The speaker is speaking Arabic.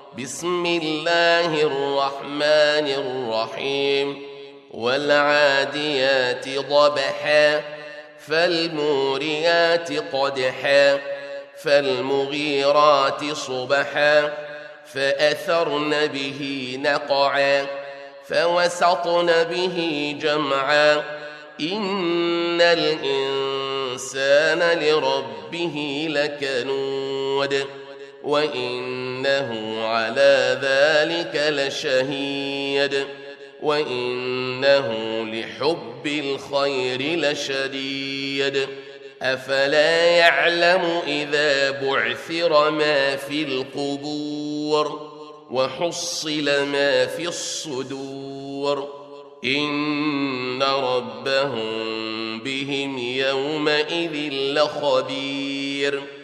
بسم الله الرحمن الرحيم والعاديات ضبحا فالموريات قدحا فالمغيرات صبحا فأثرن به نقعا فوسطن به جمعا إن الإنسان لربه لكنود وإنه على ذلك لشهيد وإنه لحب الخير لشديد أفلا يعلم إذا بعثر ما في القبور وحصل ما في الصدور إن ربهم بهم يومئذ لخبير